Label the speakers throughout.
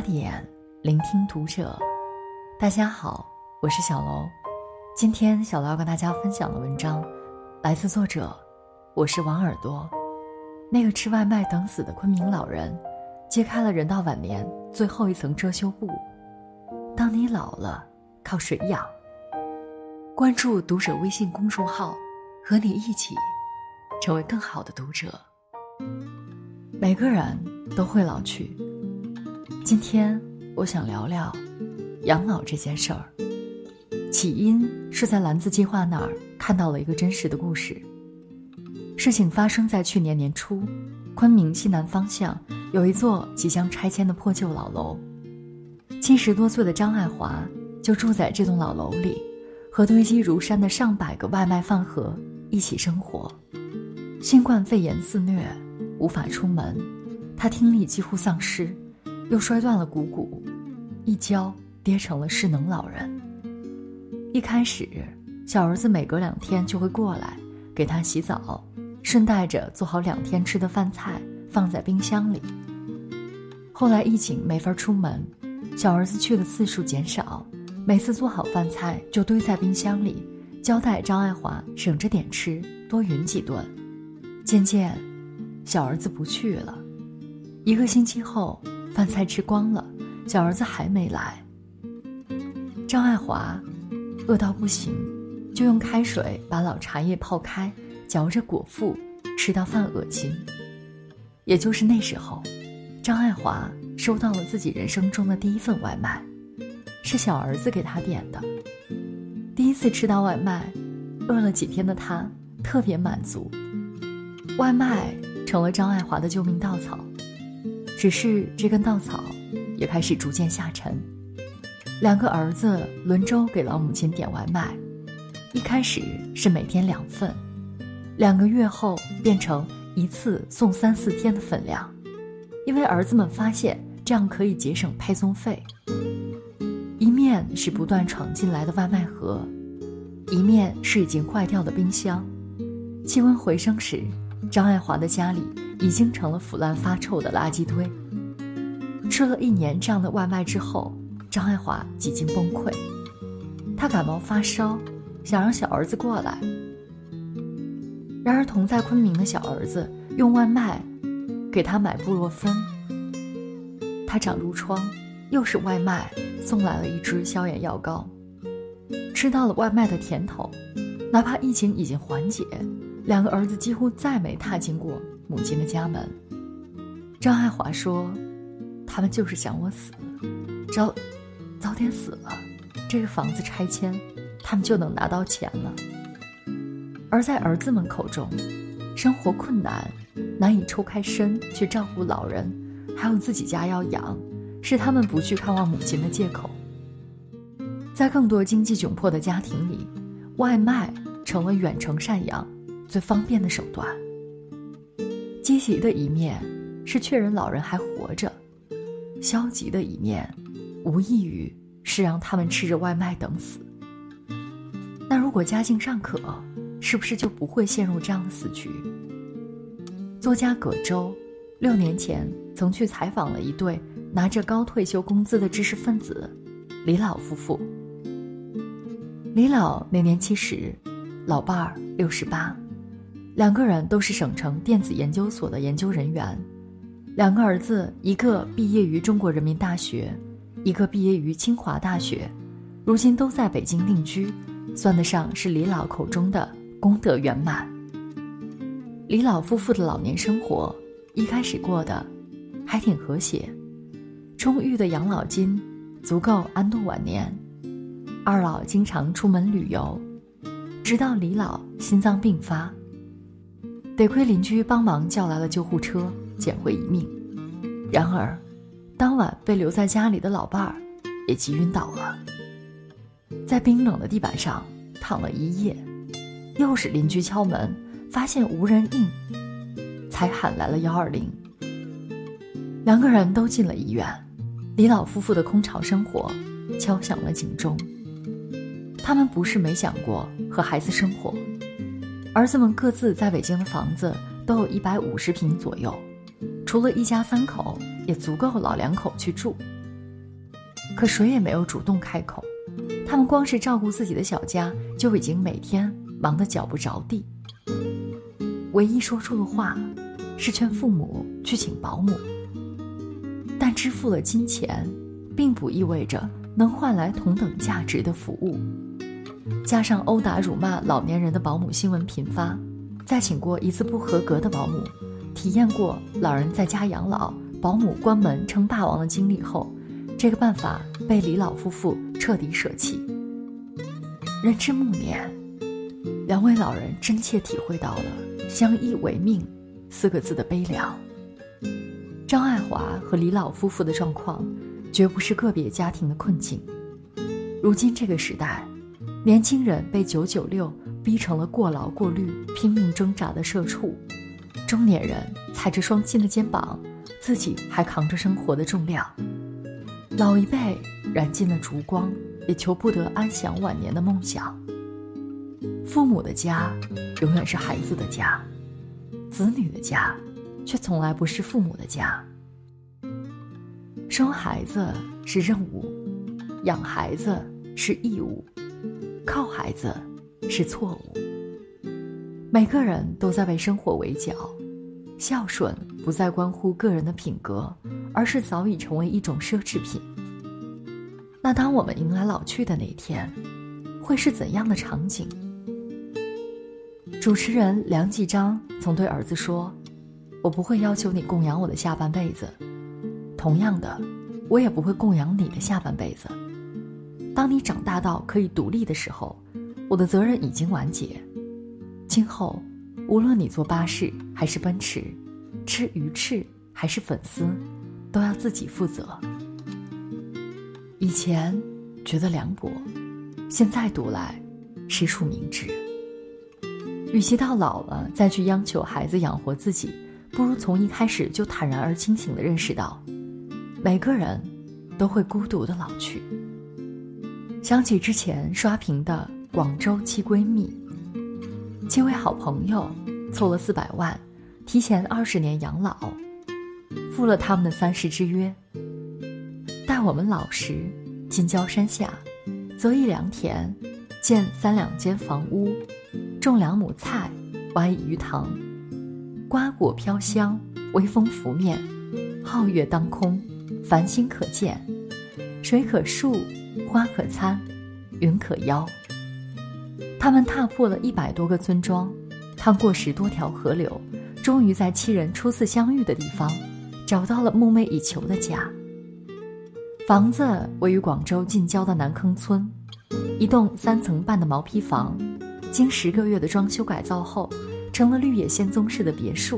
Speaker 1: 点，聆听读者。大家好，我是小楼。今天小楼要跟大家分享的文章来自作者，我是王耳朵。那个吃外卖等死的昆明老人，揭开了人到晚年最后一层遮羞布。当你老了，靠谁养？关注读者微信公众号，和你一起成为更好的读者。每个人都会老去，今天我想聊聊养老这件事儿。起因是在蓝字计划那儿看到了一个真实的故事。事情发生在去年年初，昆明西南方向有一座即将拆迁的破旧老楼。70多岁的张爱华就住在这栋老楼里，和堆积如山的上百个外卖饭盒一起生活。新冠肺炎肆虐，无法出门，他听力几乎丧失，又摔断了股骨，一跤跌成了失能老人。一开始，小儿子每隔2天就会过来给他洗澡，顺带着做好2天吃的饭菜放在冰箱里。后来疫情没法出门，小儿子去的次数减少，每次做好饭菜就堆在冰箱里，交代张爱华省着点吃，多匀几顿。渐渐小儿子不去了。1个星期后，饭菜吃光了，小儿子还没来。张爱华饿到不行，就用开水把老茶叶泡开，嚼着果腹，吃到饭恶心。也就是那时候，张爱华收到了自己人生中的第一份外卖，是小儿子给他点的。第一次吃到外卖，饿了几天的他特别满足。外卖成了张爱华的救命稻草，只是这根稻草也开始逐渐下沉。2个儿子轮周给老母亲点外卖，一开始是每天2份，2个月后变成一次送3、4天的分量，因为儿子们发现这样可以节省配送费。一面是不断闯进来的外卖盒，一面是已经坏掉的冰箱。气温回升时，张爱华的家里已经成了腐烂发臭的垃圾堆。吃了1年这样的外卖之后，张爱华几近崩溃。他感冒发烧，想让小儿子过来。然而同在昆明的小儿子用外卖给他买布洛芬。他长褥疮，又是外卖送来了1支消炎药膏。吃到了外卖的甜头，哪怕疫情已经缓解，2个儿子几乎再没踏进过母亲的家门。张爱华说，他们就是想我死，早点死了，这个房子拆迁他们就能拿到钱了。而在儿子们口中，生活困难，难以抽开身去照顾老人，还有自己家要养，是他们不去看望母亲的借口。在更多经济窘迫的家庭里，外卖成了远程赡养最方便的手段。积极的一面是确认老人还活着，消极的一面无异于是让他们吃着外卖等死。那如果家境尚可，是不是就不会陷入这样的死局？作家葛洲6年前曾去采访了一对拿着高退休工资的知识分子李老夫妇。李老那年70，老伴儿68，2个人都是省城电子研究所的研究人员。2个儿子，一个毕业于中国人民大学，一个毕业于清华大学，如今都在北京定居，算得上是李老口中的功德圆满。李老夫妇的老年生活一开始过得还挺和谐，充裕的养老金足够安度晚年。2老经常出门旅游，直到李老心脏病发，得亏邻居帮忙叫来了救护车，捡回一命。然而当晚被留在家里的老伴儿也急晕倒了，在冰冷的地板上躺了1夜。又是邻居敲门，发现无人应，才喊来了120。2个人都进了医院，李老夫妇的空巢生活敲响了警钟。他们不是没想过和孩子生活，儿子们各自在北京的房子都有150平左右，除了一家3口，也足够老2口去住。 可谁也没有主动开口。他们光是照顾自己的小家，就已经每天忙得脚不着地。唯一说出的话是劝父母去请保姆，但支付了金钱，并不意味着能换来同等价值的服务。加上殴打辱骂老年人的保姆新闻频发，再请过一次不合格的保姆，体验过老人在家养老，保姆关门称霸王的经历后，这个办法被李老夫妇彻底舍弃。人至暮年，两位老人真切体会到了相依为命4个字的悲凉。张爱华和李老夫妇的状况绝不是个别家庭的困境。如今这个时代，年轻人被996逼成了过劳过虑拼命挣扎的社畜，中年人踩着双亲的肩膀，自己还扛着生活的重量。老一辈燃尽了烛光，也求不得安享晚年的梦想。父母的家永远是孩子的家，子女的家却从来不是父母的家。生孩子是任务，养孩子是义务，靠孩子是错误。每个人都在为生活围剿，孝顺不再关乎个人的品格，而是早已成为一种奢侈品。那当我们迎来老去的那一天，会是怎样的场景？主持人梁继章曾对儿子说，我不会要求你供养我的下半辈子，同样的，我也不会供养你的下半辈子。当你长大到可以独立的时候，我的责任已经完结。今后无论你坐巴士还是奔驰，吃鱼翅还是粉丝，都要自己负责。以前觉得凉薄，现在读来实属明智。与其到老了再去央求孩子养活自己，不如从一开始就坦然而清醒地认识到，每个人都会孤独地老去。想起之前刷屏的广州7闺蜜，7位好朋友凑了400万，提前20年养老，赴了他们的30之约。待我们老时，近郊山下，择一良田，建3两间房屋，种2亩菜，挖一鱼塘，瓜果飘香，微风拂面，皓月当空，繁星可见，水可漱，花可餐，云可邀。他们踏破了100多个村庄，趟过10多条河流，终于在7人初次相遇的地方，找到了梦寐以求的家。房子位于广州近郊的南坑村，一栋3层半的毛坯房，经10个月的装修改造后，成了绿野仙踪式的别墅。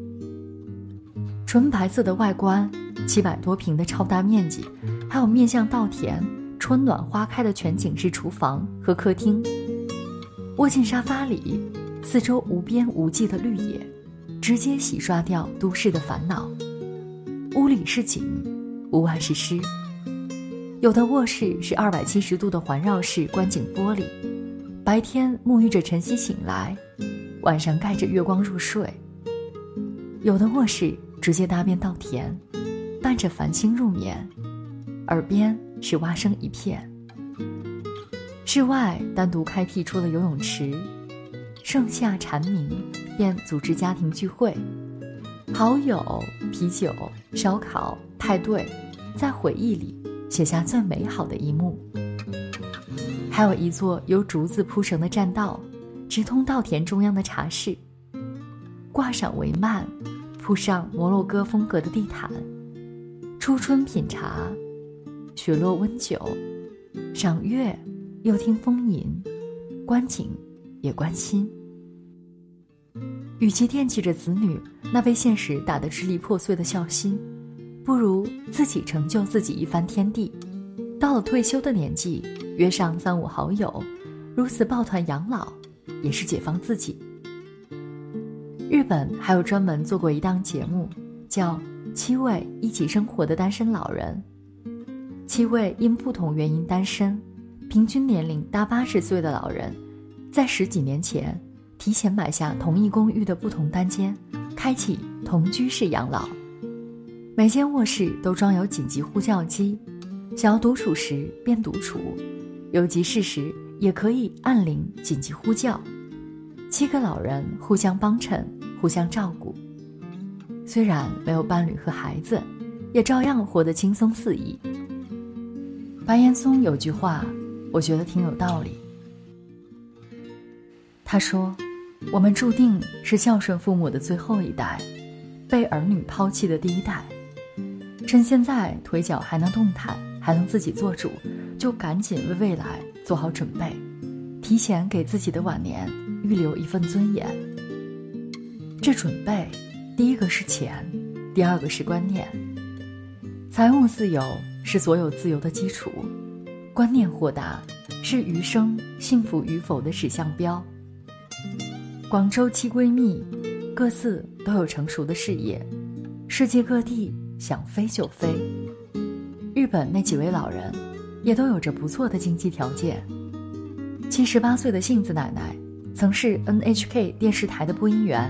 Speaker 1: 纯白色的外观，700多平的超大面积，还有面向稻田、春暖花开的全景式厨房和客厅。窝进沙发里，四周无边无际的绿野，直接洗刷掉都市的烦恼。屋里是景，屋外是诗。有的卧室是270度的环绕式观景玻璃，白天沐浴着晨曦醒来，晚上盖着月光入睡。有的卧室直接搭边稻田，伴着繁星入眠，耳边是蛙声一片。室外单独开辟出了游泳池，盛夏蝉鸣便组织家庭聚会，好友、啤酒、烧烤、派对，在回忆里写下最美好的一幕。还有一座由竹子铺成的栈道，直通稻田中央的茶室，挂上帷幔，铺上摩洛哥风格的地毯，初春品茶，雪落温酒，赏月又听风吟，观景也观心。与其惦记着子女那被现实打得支离破碎的孝心，不如自己成就自己一番天地。到了退休的年纪，约上3、5好友，如此抱团养老，也是解放自己。日本还有专门做过一档节目，叫7位一起生活的单身老人。7位因不同原因单身，平均年龄达80岁的老人，在10几年前提前买下同一公寓的不同单间，开启同居式养老。每间卧室都装有紧急呼叫机， 想要独处时便独处，有急事时也可以按铃紧急呼叫。7个老人互相帮衬，互相照顾。虽然没有伴侣和孩子，也照样活得轻松肆意。白岩松有句话，我觉得挺有道理。他说，我们注定是孝顺父母的最后一代，被儿女抛弃的第一代。趁现在腿脚还能动弹，还能自己做主，就赶紧为未来做好准备，提前给自己的晚年预留一份尊严。这准备，第一个是钱，第二个是观念。财务自由是所有自由的基础，观念豁达是余生幸福与否的指向标。广州7闺蜜各自都有成熟的事业，世界各地想飞就飞。日本那几位老人也都有着不错的经济条件。78岁的杏子奶奶曾是 NHK 电视台的播音员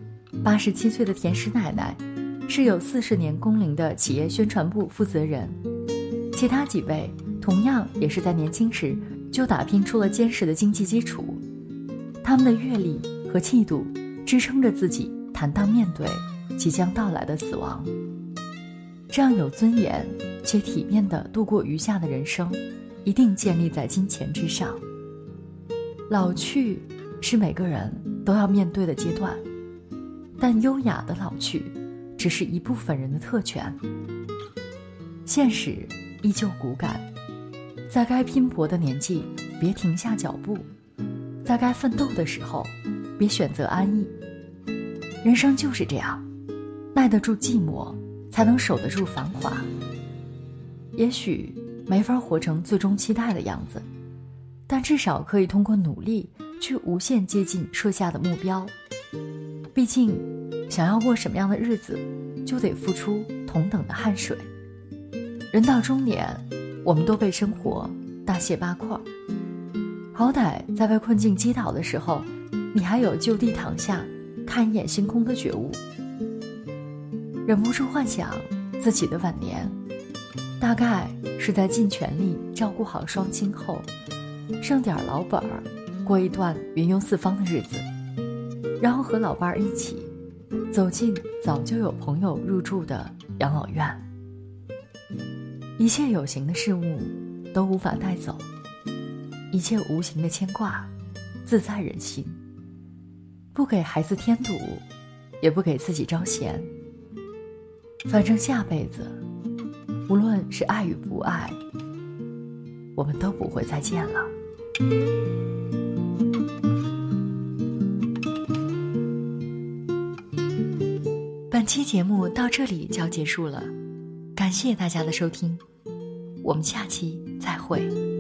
Speaker 1: ，87岁的田石奶奶是有40年工龄的企业宣传部负责人。其他几位同样也是在年轻时就打拼出了坚实的经济基础，他们的阅历和气度支撑着自己坦荡面对即将到来的死亡。这样有尊严且体面地度过余下的人生，一定建立在金钱之上。老去是每个人都要面对的阶段，但优雅的老去只是一部分人的特权。现实依旧骨感，在该拼搏的年纪别停下脚步，在该奋斗的时候别选择安逸。人生就是这样，耐得住寂寞，才能守得住繁华。也许没法活成最终期待的样子，但至少可以通过努力去无限接近设下的目标。毕竟想要过什么样的日子，就得付出同等的汗水。人到中年，我们都被生活大卸八块，好歹在被困境击倒的时候，你还有就地躺下看一眼星空的觉悟。忍不住幻想自己的晚年，大概是在尽全力照顾好双亲后，剩点老本儿，过一段云游四方的日子，然后和老伴儿一起走进早就有朋友入住的养老院。一切有形的事物都无法带走，一切无形的牵挂自在人心。不给孩子添堵，也不给自己招嫌。反正下辈子，无论是爱与不爱，我们都不会再见了。本期节目到这里就要结束了，感谢大家的收听，我们下期再会。